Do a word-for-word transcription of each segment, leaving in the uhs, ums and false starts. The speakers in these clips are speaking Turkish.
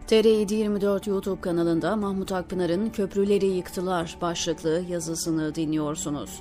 T R yedi yirmi dört YouTube kanalında Mahmut Akpınar'ın "Köprüleri Yıktılar" başlıklı yazısını dinliyorsunuz.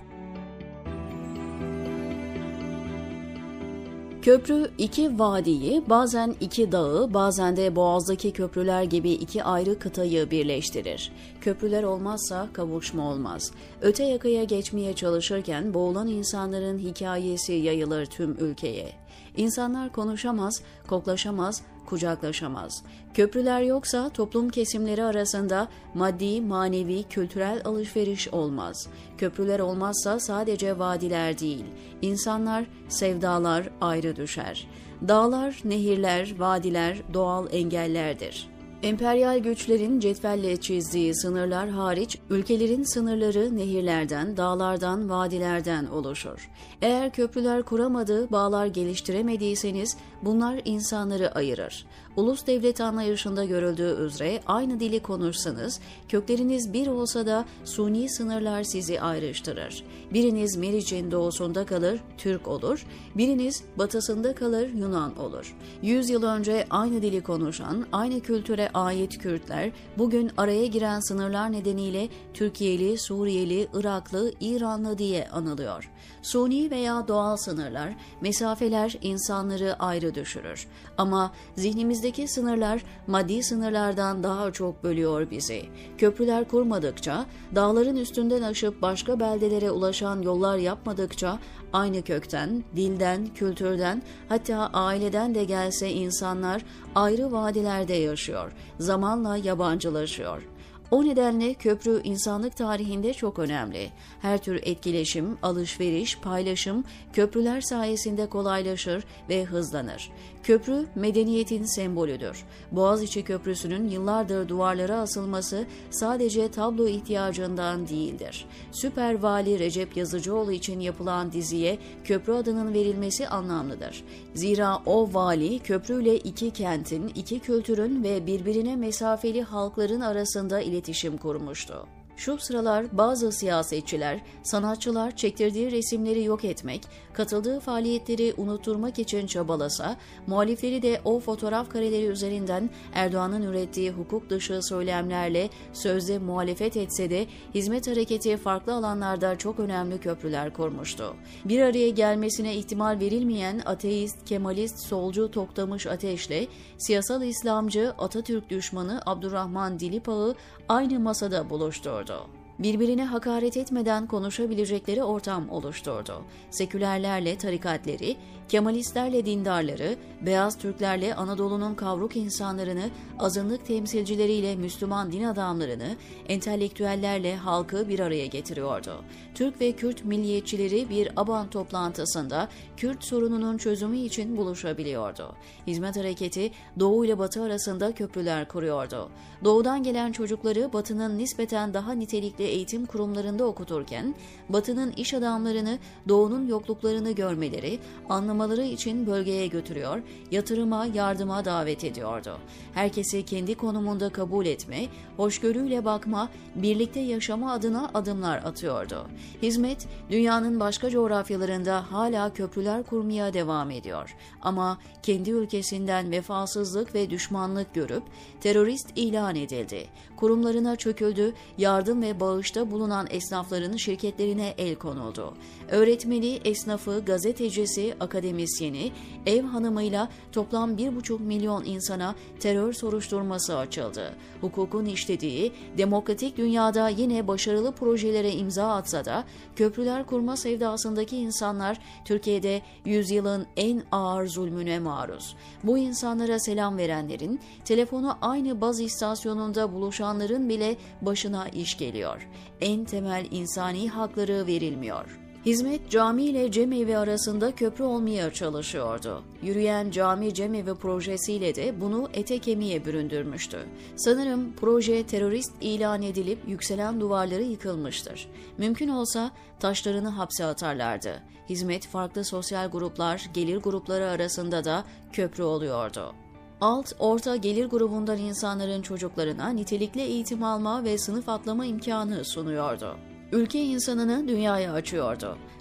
Köprü iki vadiyi, bazen iki dağı, bazen de Boğaz'daki köprüler gibi iki ayrı kıtayı birleştirir. Köprüler olmazsa kavuşma olmaz. Öte yakaya geçmeye çalışırken boğulan insanların hikayesi yayılır tüm ülkeye. İnsanlar konuşamaz, koklaşamaz, kucaklaşamaz. Köprüler yoksa toplum kesimleri arasında maddi, manevi, kültürel alışveriş olmaz. Köprüler olmazsa sadece vadiler değil, insanlar, sevdalar ayrı düşer. Dağlar, nehirler, vadiler doğal engellerdir. Emperyal güçlerin cetvelle çizdiği sınırlar hariç, ülkelerin sınırları nehirlerden, dağlardan, vadilerden oluşur. Eğer köprüler kuramadığı, bağlar geliştiremediyseniz bunlar insanları ayırır. Ulus devlet anlayışında görüldüğü üzere aynı dili konuşsanız, kökleriniz bir olsa da suni sınırlar sizi ayrıştırır. Biriniz Meriç'in doğusunda kalır, Türk olur, biriniz batısında kalır, Yunan olur. Yüz yıl önce aynı dili konuşan, aynı kültüre ait Kürtler, bugün araya giren sınırlar nedeniyle Türkiye'li, Suriyeli, Iraklı, İranlı diye anılıyor. Suni veya doğal sınırlar, mesafeler insanları ayrı düşürür. Ama zihnimizdeki sınırlar maddi sınırlardan daha çok bölüyor bizi. Köprüler kurmadıkça, dağların üstünden aşıp başka beldelere ulaşan yollar yapmadıkça, aynı kökten, dilden, kültürden, hatta aileden de gelse insanlar ayrı vadilerde yaşıyor, zamanla yabancılaşıyor. O nedenle köprü insanlık tarihinde çok önemli. Her tür etkileşim, alışveriş, paylaşım köprüler sayesinde kolaylaşır ve hızlanır. Köprü medeniyetin sembolüdür. Boğaziçi Köprüsü'nün yıllardır duvarlara asılması sadece tablo ihtiyacından değildir. Süper Vali Recep Yazıcıoğlu için yapılan diziye köprü adının verilmesi anlamlıdır. Zira o vali köprüyle iki kentin, iki kültürün ve birbirine mesafeli halkların arasında iletişim kurmuştu. Şu sıralar bazı siyasetçiler, sanatçılar çektirdiği resimleri yok etmek, katıldığı faaliyetleri unutturmak için çabalasa, muhalifleri de o fotoğraf kareleri üzerinden Erdoğan'ın ürettiği hukuk dışı söylemlerle sözde muhalefet etse de hizmet hareketi farklı alanlarda çok önemli köprüler kurmuştu. Bir araya gelmesine ihtimal verilmeyen ateist, Kemalist, solcu Toktamış Ateş'le siyasal İslamcı, Atatürk düşmanı Abdurrahman Dilipağ'ı aynı masada buluşturdu. Birbirine hakaret etmeden konuşabilecekleri ortam oluşturdu. Sekülerlerle tarikatleri, Kemalistlerle dindarları, beyaz Türklerle Anadolu'nun kavruk insanlarını, azınlık temsilcileriyle Müslüman din adamlarını, entelektüellerle halkı bir araya getiriyordu. Türk ve Kürt milliyetçileri bir ABAN toplantısında Kürt sorununun çözümü için buluşabiliyordu. Hizmet hareketi Doğu ile Batı arasında köprüler kuruyordu. Doğudan gelen çocukları Batı'nın nispeten daha nitelikli eğitim kurumlarında okuturken, Batı'nın iş adamlarını Doğu'nun yokluklarını görmeleri, anlamaları için bölgeye götürüyor, yatırıma, yardıma davet ediyordu. Herkesi kendi konumunda kabul etme, hoşgörüyle bakma, birlikte yaşama adına adımlar atıyordu. Hizmet, dünyanın başka coğrafyalarında hala köprüler kurmaya devam ediyor. Ama kendi ülkesinden vefasızlık ve düşmanlık görüp terörist ilan edildi. Kurumlarına çöküldü, yardım ve bağışta bulunan esnafların şirketlerine el konuldu. Öğretmeni, esnafı, gazetecisi, akademisyeni, ev hanımıyla toplam bir buçuk milyon insana terör soruşturması açıldı. Hukukun işlediği, demokratik dünyada yine başarılı projelere imza atsa da köprüler kurma sevdasındaki insanlar Türkiye'de yüzyılın en ağır zulmüne maruz. Bu insanlara selam verenlerin, telefonu aynı baz istasyonunda buluşanların bile başına iş geliyor. En temel insani hakları verilmiyor. Hizmet, cami ile cemevi arasında köprü olmaya çalışıyordu. Yürüyen cami cemevi projesiyle de bunu ete kemiğe büründürmüştü. Sanırım proje terörist ilan edilip yükselen duvarları yıkılmıştır. Mümkün olsa taşlarını hapse atarlardı. Hizmet, farklı sosyal gruplar, gelir grupları arasında da köprü oluyordu. Alt, orta gelir grubundan insanların çocuklarına nitelikli eğitim alma ve sınıf atlama imkanı sunuyordu. Ülke insanını dünyaya açıyordu.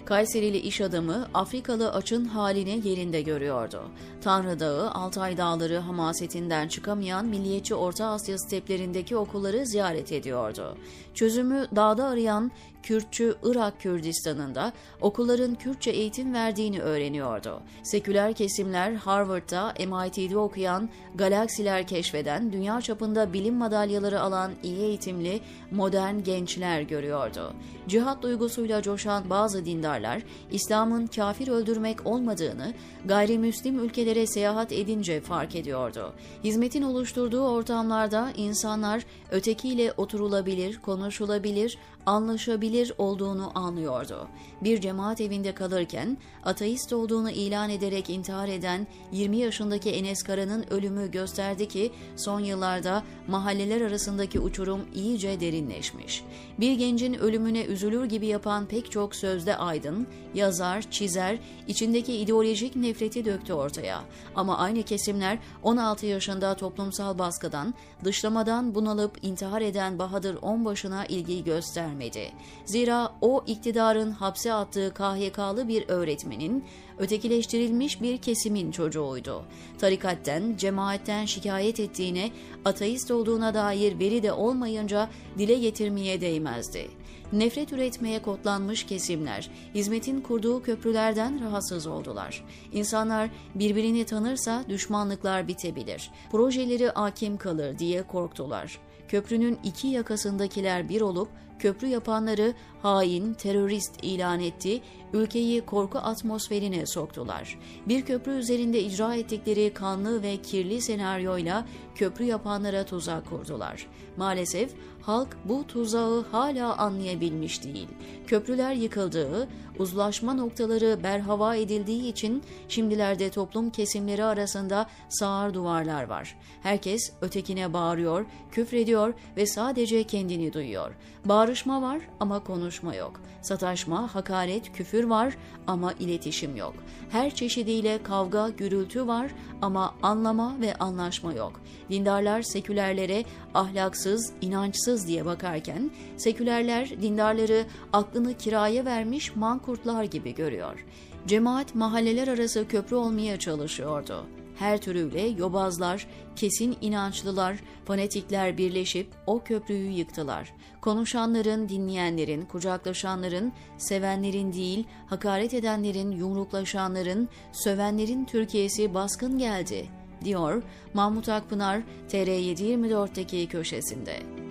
Kayserili iş adamı Afrikalı açın halini yerinde görüyordu. Tanrı Dağı, Altay Dağları hamasetinden çıkamayan milliyetçi Orta Asya steplerindeki okulları ziyaret ediyordu. Çözümü dağda arayan Kürtçü Irak Kürdistan'ında okulların Kürtçe eğitim verdiğini öğreniyordu. Seküler kesimler Harvard'da, M I T'de okuyan, galaksiler keşfeden, dünya çapında bilim madalyaları alan iyi eğitimli, modern gençler görüyordu. Cihat duygusuyla coşan bazı dindarlar, İslam'ın kafir öldürmek olmadığını, gayrimüslim ülkelere seyahat edince fark ediyordu. Hizmetin oluşturduğu ortamlarda insanlar ötekiyle oturulabilir, konuşulabilir, anlaşabilir olduğunu anlıyordu. Bir cemaat evinde kalırken ateist olduğunu ilan ederek intihar eden yirmi yaşındaki Enes Kara'nın ölümü gösterdi ki son yıllarda mahalleler arasındaki uçurum iyice derinleşmiş. Bir gencin ölümüne üzülür gibi yapan pek çok sözde aydın, yazar, çizer, içindeki ideolojik nefreti döktü ortaya. Ama aynı kesimler on altı yaşında toplumsal baskıdan, dışlamadan bunalıp intihar eden Bahadır Onbaşı'na ilgi göstermedi. Zira o iktidarın hapse attığı K H K'lı bir öğretmenin, ötekileştirilmiş bir kesimin çocuğuydu. Tarikatten, cemaatten şikayet ettiğine, ateist olduğuna dair veri de olmayınca dile getirmeye değmezdi. Nefret üretmeye kodlanmış kesimler, hizmetin kurduğu köprülerden rahatsız oldular. İnsanlar birbirini tanırsa düşmanlıklar bitebilir, projeleri hakim kalır diye korktular. Köprünün iki yakasındakiler bir olup köprü yapanları hain, terörist ilan etti, ülkeyi korku atmosferine soktular. Bir köprü üzerinde icra ettikleri kanlı ve kirli senaryoyla köprü yapanlara tuzak kurdular. Maalesef halk bu tuzağı hala anlayabilmiş değil. Köprüler yıkıldığı, uzlaşma noktaları berhava edildiği için şimdilerde toplum kesimleri arasında sağır duvarlar var. Herkes ötekine bağırıyor, küfrediyor ve sadece kendini duyuyor. Bağırışma var ama konuşma yok. Sataşma, hakaret, küfür var ama iletişim yok. Her çeşidiyle kavga, gürültü var ama anlama ve anlaşma yok. Dindarlar sekülerlere ahlaksız, inançsız diye bakarken, sekülerler dindarları aklını kiraya vermiş mankurtlar gibi görüyor. Cemaat mahalleler arası köprü olmaya çalışıyordu. Her türüyle yobazlar, kesin inançlılar, fanatikler birleşip o köprüyü yıktılar. Konuşanların, dinleyenlerin, kucaklaşanların, sevenlerin değil, hakaret edenlerin, yumruklaşanların, sövenlerin Türkiye'si baskın geldi, diyor Mahmut Akpınar T R yedi yirmi dörtteki köşesinde.